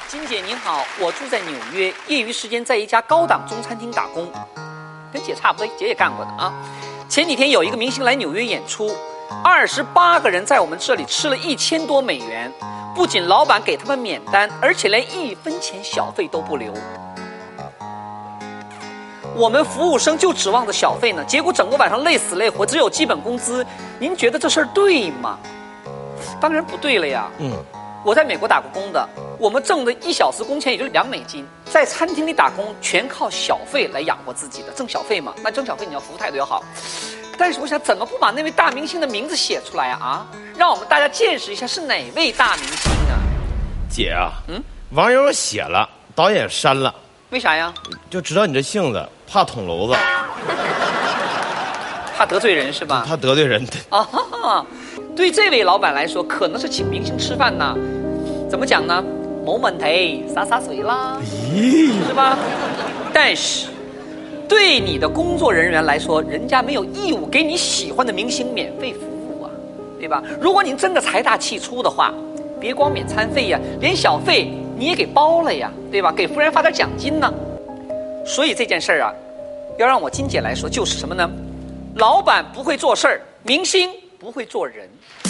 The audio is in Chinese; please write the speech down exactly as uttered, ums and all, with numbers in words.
金姐您好，我住在纽约，业余时间在一家高档中餐厅打工，跟姐差不多，姐也干过的啊。前几天有一个明星来纽约演出，二十八个人在我们这里吃了一千多美元，不仅老板给他们免单，而且连一分钱小费都不留。我们服务生就指望着小费呢，结果整个晚上累死累活，只有基本工资。您觉得这事儿对吗？当然不对了呀。嗯。我在美国打过工的，我们挣的一小时工钱也就两美金，在餐厅里打工全靠小费来养活自己的，挣小费嘛，那挣小费你要服务态度要好。但是我想，怎么不把那位大明星的名字写出来啊？啊，让我们大家见识一下是哪位大明星啊？ 姐啊，嗯，网友写了，导演删了， 为啥呀？ 就知道你这性子，怕捅娄子， 怕得罪人是吧？ 怕得罪人。 啊哈哈。对这位老板来说，可能是请明星吃饭呢，怎么讲呢？冇问题，洒洒水啦，是吧？但是，对你的工作人员来说，人家没有义务给你喜欢的明星免费服务啊，对吧？如果您真的财大气粗的话，别光免餐费呀，连小费你也给包了呀，对吧？给夫人发点奖金呢。所以这件事儿啊，要让我金姐来说，就是什么呢？老板不会做事儿，明星不会做人。